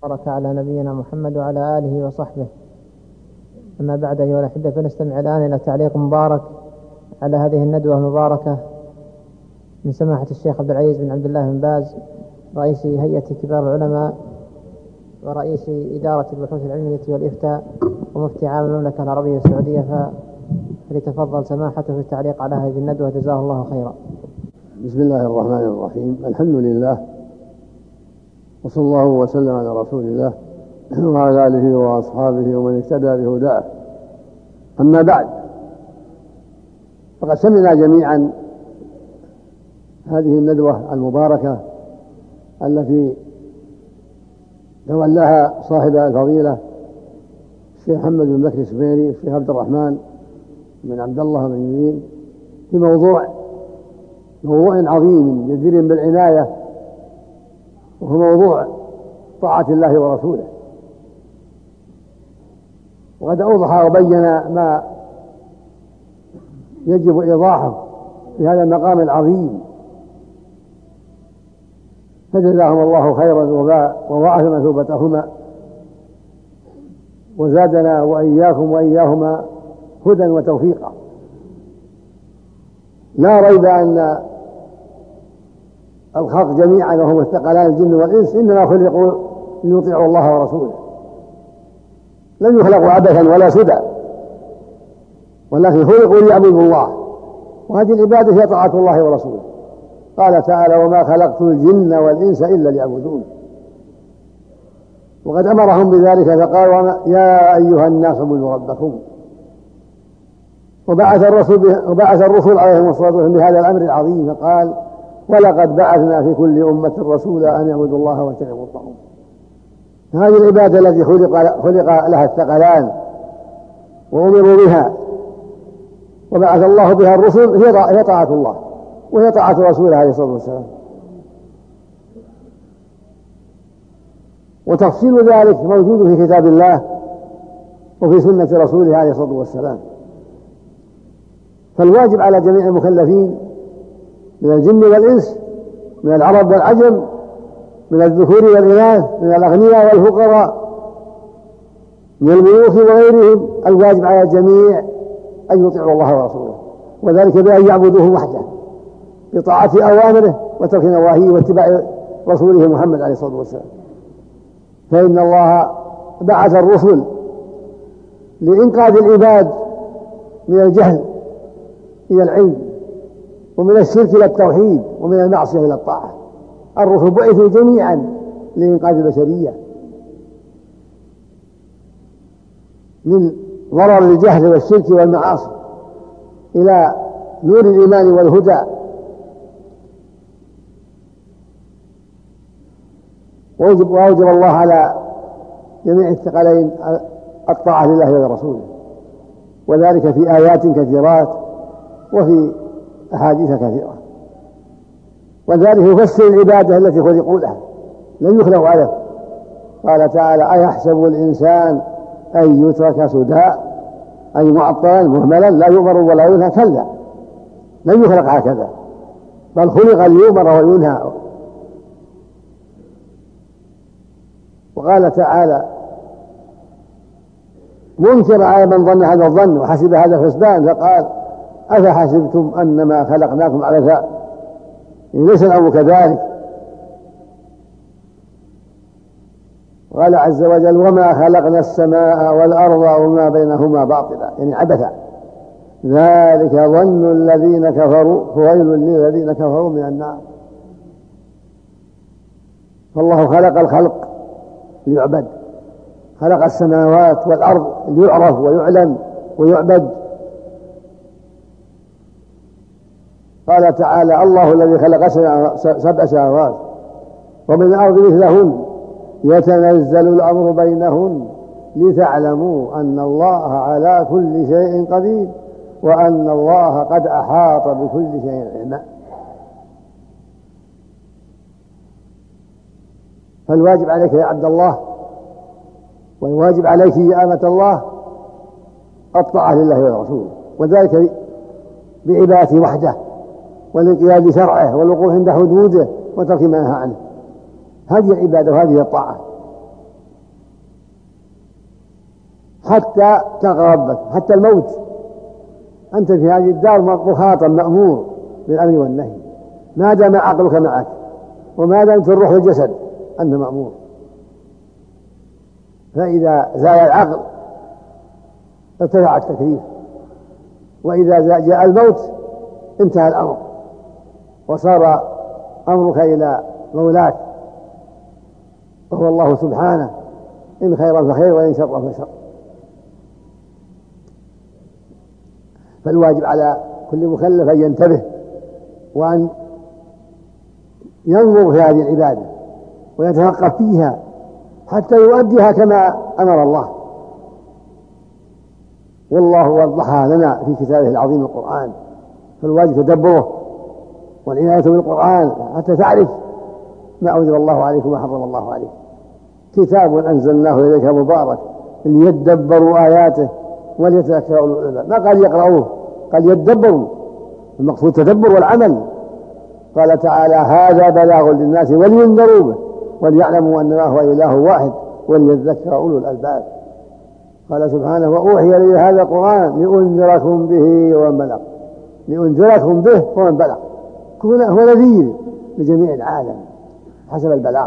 بارك على نبينا محمد وعلى آله وصحبه. أما بعد أيها الأحبة، فنستمع الآن إلى تعليق مبارك على هذه الندوة المباركة من سماحة الشيخ عبد العزيز بن عبد الله بن باز، رئيس هيئة كبار العلماء ورئيس إدارة البحوث العلمية والإفتاء ومفتي عام المملكة العربية السعودية، فليتفضل سماحته في التعليق على هذه الندوة، جزاه الله خيرا. بسم الله الرحمن الرحيم. الحمد لله، وصلى الله وسلم على رسول الله وعلى آله وأصحابه ومن اهتدى بهداه. أما بعد، فقد سمعنا جميعا هذه الندوة المباركة التي تولاها صاحب الفضيلة الشيخ محمد بن بكر السبيري الشيخ عبد الرحمن بن عبد الله بن يمين في موضوع عظيم جدير بالعناية، وهو موضوع طاعة الله ورسوله. وقد أوضح وبين ما يجب إيضاحه في هذا المقام العظيم، فجزاهم الله خيرا وضاعف مثوبتهما، وزادنا وإياكم وإياهما هدى وتوفيقا. لا ريب أن الخلق جميعا وهم الثقلان الجن والإنس إنما خلقوا ليطيعوا الله ورسوله، لم يخلقوا عبثا ولا سدى، ولكن خلقوا ليعبدوا الله، وهذه العبادة هي طاعة الله ورسوله. قال تعالى: وما خلقت الجن والإنس إلا ليعبدون. وقد أمرهم بذلك فقال: يا أيها الناس اعبدوا ربكم. وبعث الرسل عليهم الصلاة والسلام بهذا الأمر العظيم، فقال: ولقد بعثنا في كل أمة رسولا أن يعبدوا الله واجتنبوا الطاغوت. هذه العبادة التي خلق لها الثقلان وأمروا بها وبعث الله بها الرسل هي طاعة الله وهي طاعة رسوله عليه الصلاة والسلام. وتفصيل ذلك موجود في كتاب الله وفي سنة رسوله عليه الصلاة والسلام. فالواجب على جميع المكلفين من الجن والإنس، من العرب والعجم، من الذكور والإناث، من الأغنياء والفقراء، من الملوك وغيرهم، الواجب على الجميع أن يطيعوا الله ورسوله، وذلك بأن يعبدوه وحده بطاعة أوامره وترك نواهيه واتباع رسوله محمد عليه الصلاة والسلام. فإن الله بعث الرسل لإنقاذ العباد من الجهل إلى العلم، ومن الشرك إلى التوحيد، ومن المعصية إلى الطاعة. الرسل بعثوا جميعا لإنقاذ البشرية من ضرر الجهل والشرك والمعاصي إلى نور الإيمان والهدى. وأوجب الله على جميع الثقلين الطاعة لله ولرسوله، وذلك في آيات كثيرات وفي أحاديث كثيرة. وذلك يفسر العبادة التي خلقوا لها، لن يخلقوا عليه. قال تعالى: أيحسب الإنسان أن يترك سدى، أي معطلا مهملا لا يؤمر ولا ينهى؟ كلا، لن يخلق هكذا، بل خلق ليؤمر وينهى. وقال تعالى منكر على من ظن هذا الظن وحسب هذا الحسبان، فقال: أفحسبتم أنما خلقناكم عبثا، ليس الأمر كذلك. قال عز وجل: وما خلقنا السماء والأرض وما بينهما باطلا، يعني عبثا. ذلك ظن الذين كفروا، فويل للذين كفروا من النار. فالله خلق الخلق ليعبد، خلق السماوات والأرض ليعرف ويعلم ويعبد. قال تعالى: الله الذي خلق 7 سماوات ومن الأرض مثلهن يتنزل الأمر بينهن لتعلموا أن الله على كل شيء قدير وأن الله قد أحاط بكل شيء علما. فالواجب عليك يا عبد الله، والواجب عليك يا أمة الله، الطاعة لله ورسوله، وذلك بعبادته وحده والانقياد بشرعه والوقوف عند حدوده وترك ما نهى عنه. هذه العبادة وهذه الطاعة. حتى تلقى ربك، حتى الموت أنت في هذه الدار مخاطب مأمور بالأمر والنهي ما دام عقلك معك، وما دامت الروح والجسد أنت مأمور. فإذا زال العقل ارتفع التكليف، وإذا جاء الموت انتهى الأمر وصار أمرك إلى مولاك وهو الله سبحانه، إن خيرا فخير وإن شرا فشر. فالواجب على كل مكلف أن ينتبه وأن ينظر في هذه العبادة ويتفقه فيها حتى يؤديها كما أمر الله. والله وضحها لنا في كتابه العظيم القرآن، فالواجب تدبره والعناية بالقرآن حتى تعرف ما أوجب الله عليك وما حرم الله عليك. كتاب أنزلناه إليك مبارك ليدبروا آياته وليتذكروا أولو الألباب. ما قال يقرأوه، قال يدبروا، المقصود التدبر والعمل. قال تعالى هذا بلاغ للناس ولينذروا به وليعلموا أنما هو إله واحد وليذكر أولو الألباب. قال سبحانه وأوحي لي هذا القرآن لأنذركم به ومن بلغ، لأنذركم به ومن بلغ، هو نذير لجميع العالم حسب البلاغ.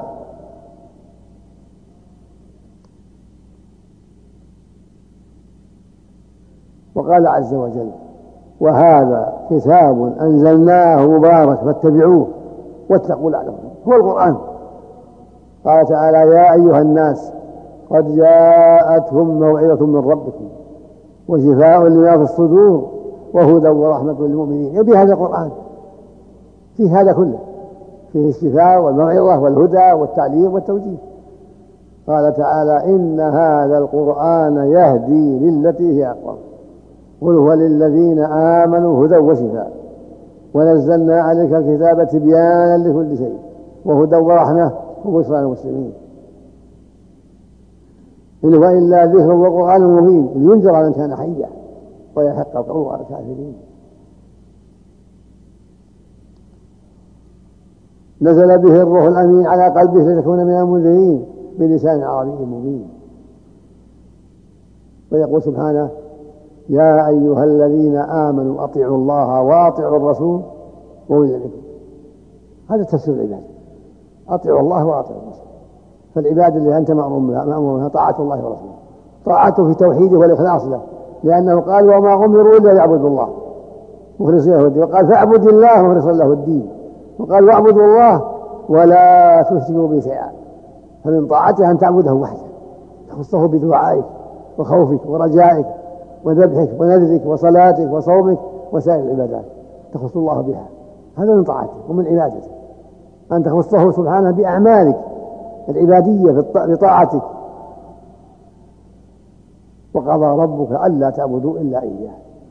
وقال عز وجل وهذا كتاب أنزلناه مبارك فاتبعوه واتقوا لعلكم، هو القرآن. قال تعالى يا أيها الناس قد جاءتهم موعظة من ربكم وشفاء لما في الصدور وهدى ورحمة للمؤمنين. يبي هذا القرآن فيه هذا كله، فيه الشفاء والموعظة والهدى والتعليم والتوجيه. قال تعالى إن هذا القرآن يهدي للتي هي أقوم قل هو للذين آمنوا هدى وشفاء ونزلنا عليك الكتاب تبيانا لكل شيء وهدى ورحمة وبشرى للمسلمين. إن هو إلا ذكر وقرآن مبين لينذر من كان حيا ويحق القول على الكافرين. نزل به الروح الأمين على قلبه لتكون من المنذرين بلسان عربي مبين. ويقول سبحانه يا أيها الذين آمنوا أطيعوا الله وأطيعوا الرسول وأولي الأمر. هذا تفسير العبادة، أطيعوا الله وأطيعوا الرسول. فالعبادة اللي أنت مأمور بها طاعة الله ورسوله، طاعته في توحيده والإخلاص له، لأنه قال وما أمروا إلا ليعبدوا الله مخلصين له الدين، وقال فاعبد الله مخلصا له الدين، وقال واعبدوا الله ولا تشركوا به شيئا. فمن طاعته أن تعبده وحده تخصه بدعائك وخوفك ورجائك وذبحك ونذرك وصلاتك وصومك وسائر العبادات تخص الله بها. هذا من طاعته ومن عبادته، أن تخصه سبحانه بأعمالك العبادية بطاعتك. وقضى ربك ألا تعبدوا إلا إياه،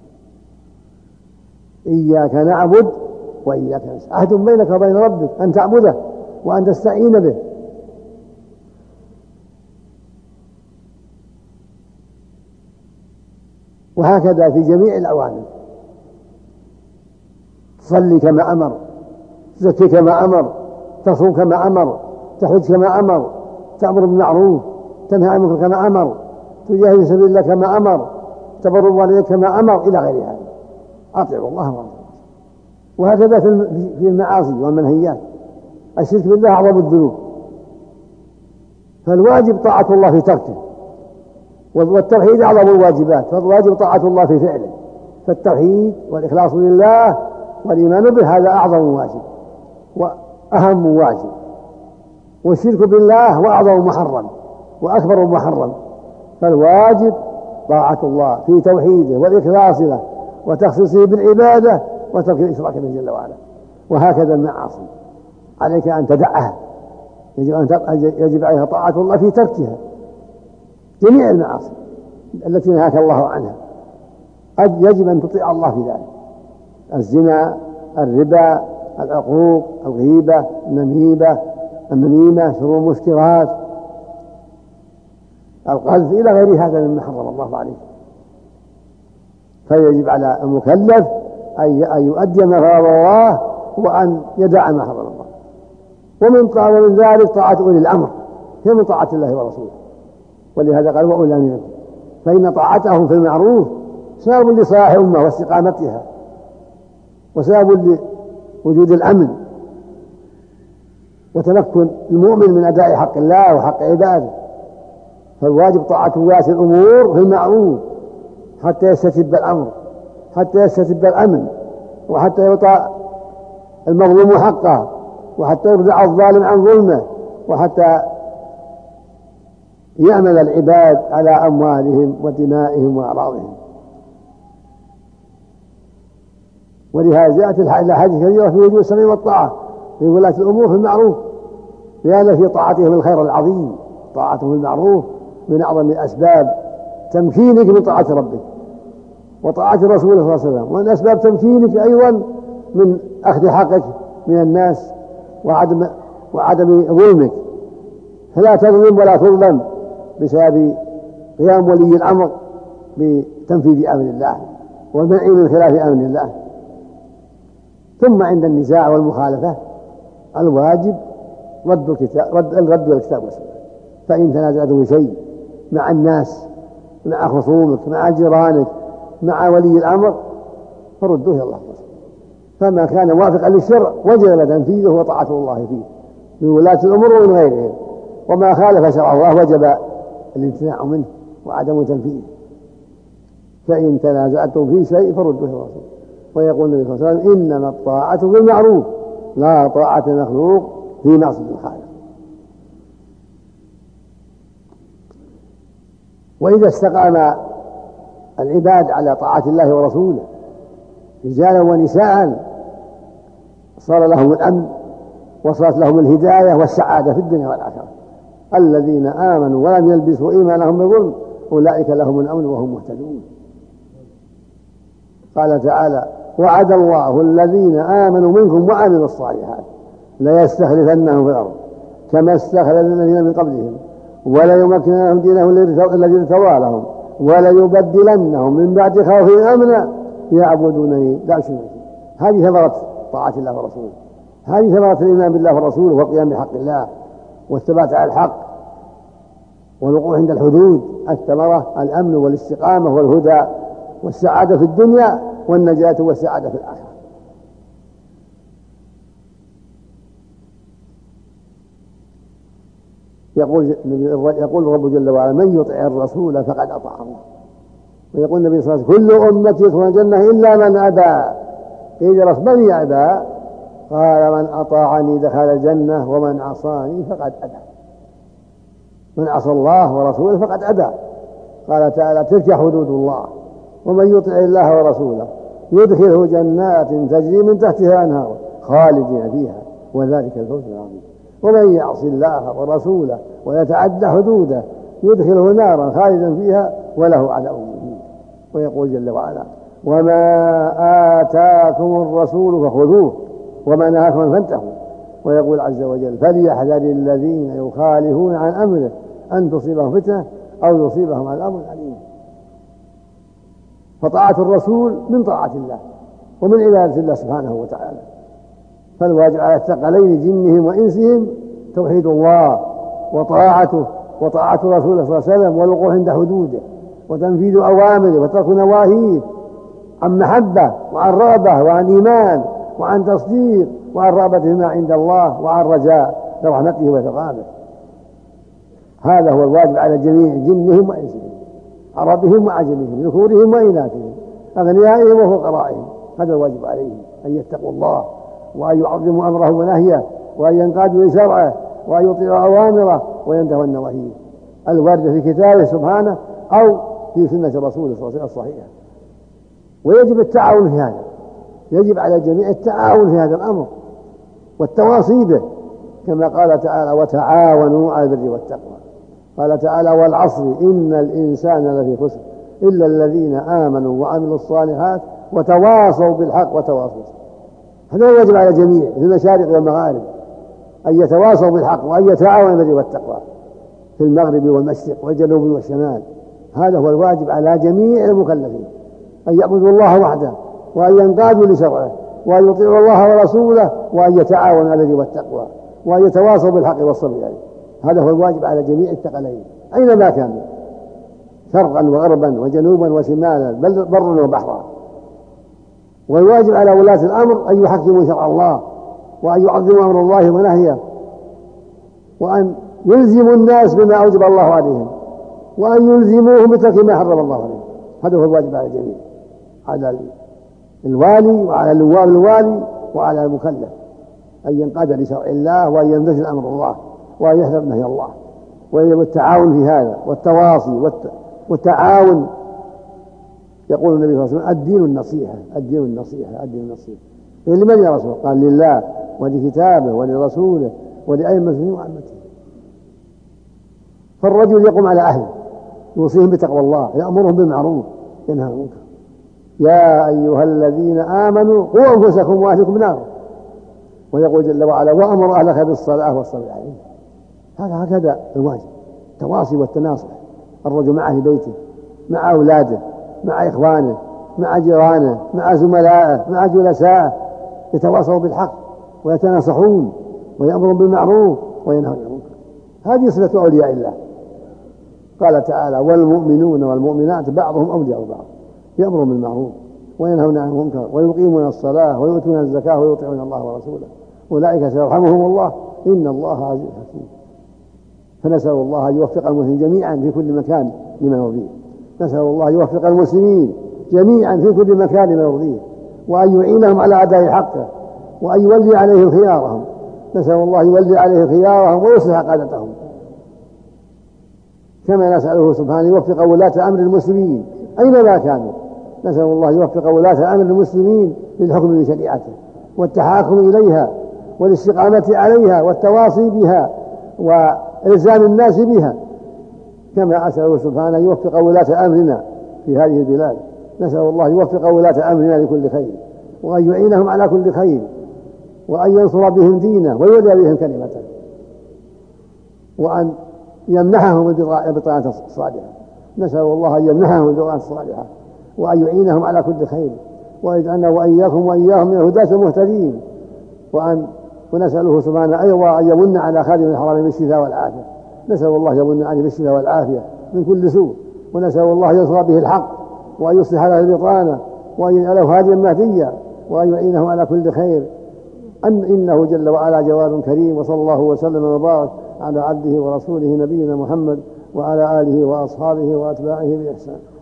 إياك نعبد وإياك نستعين. عهد بينك وبين ربك أن تعبده وأن تستعين به. وهكذا في جميع الأوامر، تصلي كما أمر، تزكي كما أمر، تصوم كما أمر، تحج كما أمر، تأمر بالمعروف، تنهى عن المنكر كما أمر، تجاهد في سبيل الله كما أمر، تبر والديك كما أمر، إلى غير هذا. أطيعوا الله وأطيعوا الرسول. وهكذا في المعاصي والمنهيات. الشرك بالله أعظم الذنوب، فالواجب طاعة الله في تركه، والتوحيد أعظم الواجبات، فالواجب طاعة الله في فعله. فالتوحيد والإخلاص لله والإيمان به هذا أعظم واجب وأهم واجب، والشرك بالله وأعظم محرم وأكبر محرم. فالواجب طاعة الله في توحيده والإخلاص له وتخصيصه بالعبادة وترك الإشراك به جل وعلا. وهكذا المعاصي عليك أن تدعها، يجب عليها طاعة الله في تركها. جميع المعاصي التي نهاك الله عنها يجب أن تطيع الله في ذلك: الزنا، الربا، العقوق، الغيبة، النميمة، شرب المسكرات، القذف، إلى غير هذا مما حرم الله عليه. فيجب على المكلف أن يؤدي ما فرض الله وأن يدع ما حرم الله. ومن ذلك طاعة أولي الأمر، هي من طاعة الله ورسوله. ولهذا قال وأولي منكم، فإن طاعتهم في المعروف سبب لصلاح الأمة واستقامتها، وسبب لوجود الأمن وتمكن المؤمن من أداء حق الله وحق عباده. فالواجب طاعة ولاة الأمور في المعروف حتى يستتب الأمر، حتى يستتب الأمن، وحتى يعطى المظلوم حقه، وحتى يرجع الظالم عن ظلمه، وحتى يعمل العباد على أموالهم ودمائهم وأعراضهم. ولهذا جاءت الأحاديث كثيرة في وجوب السمع والطاعة في ولاة الأمور في المعروف، لأن في طاعتهم الخير العظيم. طاعتهم في المعروف من أعظم أسباب تمكينك من طاعة ربك وطاعة رسوله صلى الله عليه وسلم، ومن أسباب تمكينك أيضا من أخذ حقك من الناس وعدم ظلمك، فلا تظلم ولا تظلم بسبب قيام ولي الأمر بتنفيذ أمر الله والمنع من خلاف أمر الله. ثم عند النزاع والمخالفة الواجب رد الكتاب والسنة. فإن تنازعتم شيء مع الناس، مع خصومك، مع جيرانك، مع ولي الأمر، فردوه إلى الله ورسوله. فما كان موافقا للشرع وجب تنفيذه وطاعة الله فيه من ولاة الأمور ومن غيرهم، وما خالف شرع الله وجب الامتناع منه وعدم تنفيذه. فإن تنازعتم في شيء فردوه إلى الرسول. ويقول النبي صلى الله عليه وسلم: إنما الطاعة في المعروف لا طاعة مخلوق في معصية الخالق. وإذا استقام العباد على طاعة الله ورسوله رجالا ونساء صار لهم الأمن وصارت لهم الهداية والسعادة في الدنيا والآخرة. الذين آمنوا ولم يلبسوا إيمانهم بظلم أولئك لهم الأمن وهم مهتدون. قال تعالى: وعد الله الذين آمنوا منكم وعملوا الصالحات ليستخلفنهم في الأرض كما استخلف الذين من قبلهم وليمكننهم دينهم الذي ارتضى لهم وليبدلنهم من بعد خوفهم أمنا يعبدونني لا يشركون بي. هذه ثمرة طاعة الله ورسوله، هذه ثمرة الإيمان بالله ورسوله والقيام بحق الله والثبات على الحق والوقوف عند الحدود. الثمرة الأمن والاستقامة والهدى والسعادة في الدنيا والنجاة والسعادة في الآخرة. يقول الرب جل وعلا: من يطع الرسول فقد أطاع الله. ويقول النبي صلى الله عليه وسلم: كل أمتي يدخلون الجنة إلا من أبى. قيل: من يأبى؟ قال: من أطاعني دخل الجنة ومن عصاني فقد أبى. من عصى الله ورسوله فقد أبى. قال تعالى: تلك حدود الله ومن يطع الله ورسوله يدخله جنات تجري من تحتها الأنهار خالدين فيها وذلك الفوز العظيم. ومن يعص الله ورسوله ويتعدى حدوده يدخله نارا خالدا فيها وله عذاب مهين. ويقول جل وعلا: وما آتاكم الرسول فخذوه وما نهاكم عنه فانتهوا. ويقول عز وجل: فليحذر الذين يخالفون عن أمره أن تصيبهم فتنة أو يصيبهم عذاب أليم. فطاعة الرسول من طاعة الله ومن عبادة الله سبحانه وتعالى. فالواجب على الثقلين جنهم وإنسهم توحيد الله وطاعته وطاعة رسوله صلى الله عليه وسلم والوقوف عند حدوده وتنفيذ أوامره وترك نواهيه عن محبة وعن رغبة وعن إيمان وعن تصديق وعن رغبة فيما عند الله وعن رجاء لرحمته وثقابه. هذا هو الواجب على جميع جنهم وإنسهم، عربهم وعجمهم، ذكورهم وإناثهم، أغنيائهم وفقرائهم. هذا الواجب عليهم أن يتقوا الله وأن يعظموا أمره ونهيه وأن ينقادوا لشرعه وأن يطيعوا أوامره وينتهوا النواهيه الواردة في كتابه سبحانه أو في سنة رسوله صلى الله عليه وسلم الصحيحة. ويجب التعاون في هذا، يجب على الجميع التعاون في هذا الأمر والتواصي به، كما قال تعالى: وتعاونوا على البر والتقوى. قال تعالى: والعصر إن الإنسان لفي خسر إلا الذين آمنوا وعملوا الصالحات وتواصوا بالحق وتواصوا. هذا واجب على الجميع في المشارق والمغارب أن يتواصوا بالحق وأن يتعاونوا بالبر والتقوى في المغرب والمشرق والجنوب والشمال. هذا هو الواجب على جميع المكلفين، أن يعبدوا الله وحده وأن ينقادوا لشرعه وأن يطيعوا الله ورسوله وأن يتعاونوا على البر والتقوى وأن يتواصوا بالحق والصبر عليه. هذا هو الواجب على جميع الثقلين أينما كانوا. شرقا وغربا وجنوبا وشمالا بل برا وبحرا. والواجب على ولاة الأمر أن يحكموا شرع الله وأن يعظموا أمر الله ونهيه وأن يلزموا الناس بما أوجب الله عليهم وأن يلزموهم بترك ما حرم الله عليهم. هذا هو الواجب على الجميع، على الوالي وعلى نواب الوالي وعلى المكلف أن ينقاد لشرع الله وأن يمتثل أمر الله وأن يحذر نهي الله، ويجب التعاون في هذا والتواصي والتعاون. يقول النبي صلى الله عليه وسلم الدين النصيحة الدين النصيحة الدين النصيحة. لمن يا رسول؟ قال لله ولكتابه ولرسوله ولأئمة المسلمين وعامته. فالرجل يقوم على أهله يوصيهم بتقوى الله، يأمرهم بالمعروف ينهى عن المنكر. يا أيها الذين آمنوا قوا أنفسكم وأهلكم نارا، ويقول جل وعلا وأمر أهلك بالصلاة والصبر عليها. هكذا الواجب، التواصي والتناصح. الرجل مع أهل بيته، مع أولاده، مع إخوانه، مع جيرانه، مع زملائه، مع جلسائه، يتواصوا بالحق ويتناصحون ويأمرون بالمعروف وينهون عن المنكر. هذه صفة أولياء الله. قال تعالى والمؤمنون والمؤمنات بعضهم أولياء بعض يأمرون بالمعروف وينهون عن المنكر ويقيمون الصلاة ويؤتون الزكاة ويطيعون الله ورسوله أولئك سيرحمهم الله إن الله عزيز حكيم. فنسأل الله أن يوفق المسلمين جميعا في كل مكان لما يرضيه. نسأل الله أن يوفق المسلمين جميعا في كل مكان لما يرضيه، وأن يعينهم على أداء حقه، وأن يولي عليهم خيارهم. نسأل الله يولي عليهم خيارهم ويصلح قادتهم، كما نسأله سبحانه يوفق ولاة أمر المسلمين أينما كانوا. نسأل الله يوفق ولاة أمر المسلمين للحكم بشريعته والتحاكم إليها والاستقامة عليها والتواصي بها وإلزام الناس بها، كما أسأله سبحانه يوفق ولاة أمرنا في هذه البلاد. نسأل الله يوفق ولاة أمرنا لكل خير، وأن يعينهم على كل خير، وأن ينصر بهم دينه ويولي بهم كلمته، وأن يمنحهم البطانة الصالحة. نسأل الله أن يمنحهم البطانة الصالحة وأن يعينهم على كل خير، ويجعلنا وإياكم وإياهم من الهداة المهتدين. ونسأله سبحانه أيضا أن يمن على خادم الحرم بالشفاء والعافية. نسأل الله يمن عليه بالشفاء والعافية من كل سوء، ونسأل الله ينصر به الحق وأن يصلح له البطانة وأن يجعله هاديا مهديا وأن يعينه على كل خير. إنه جل وعلا جواد كريم. وصلى الله وسلم وبارك على عبده ورسوله نبينا محمد وعلى آله وأصحابه وأتباعه بإحسان.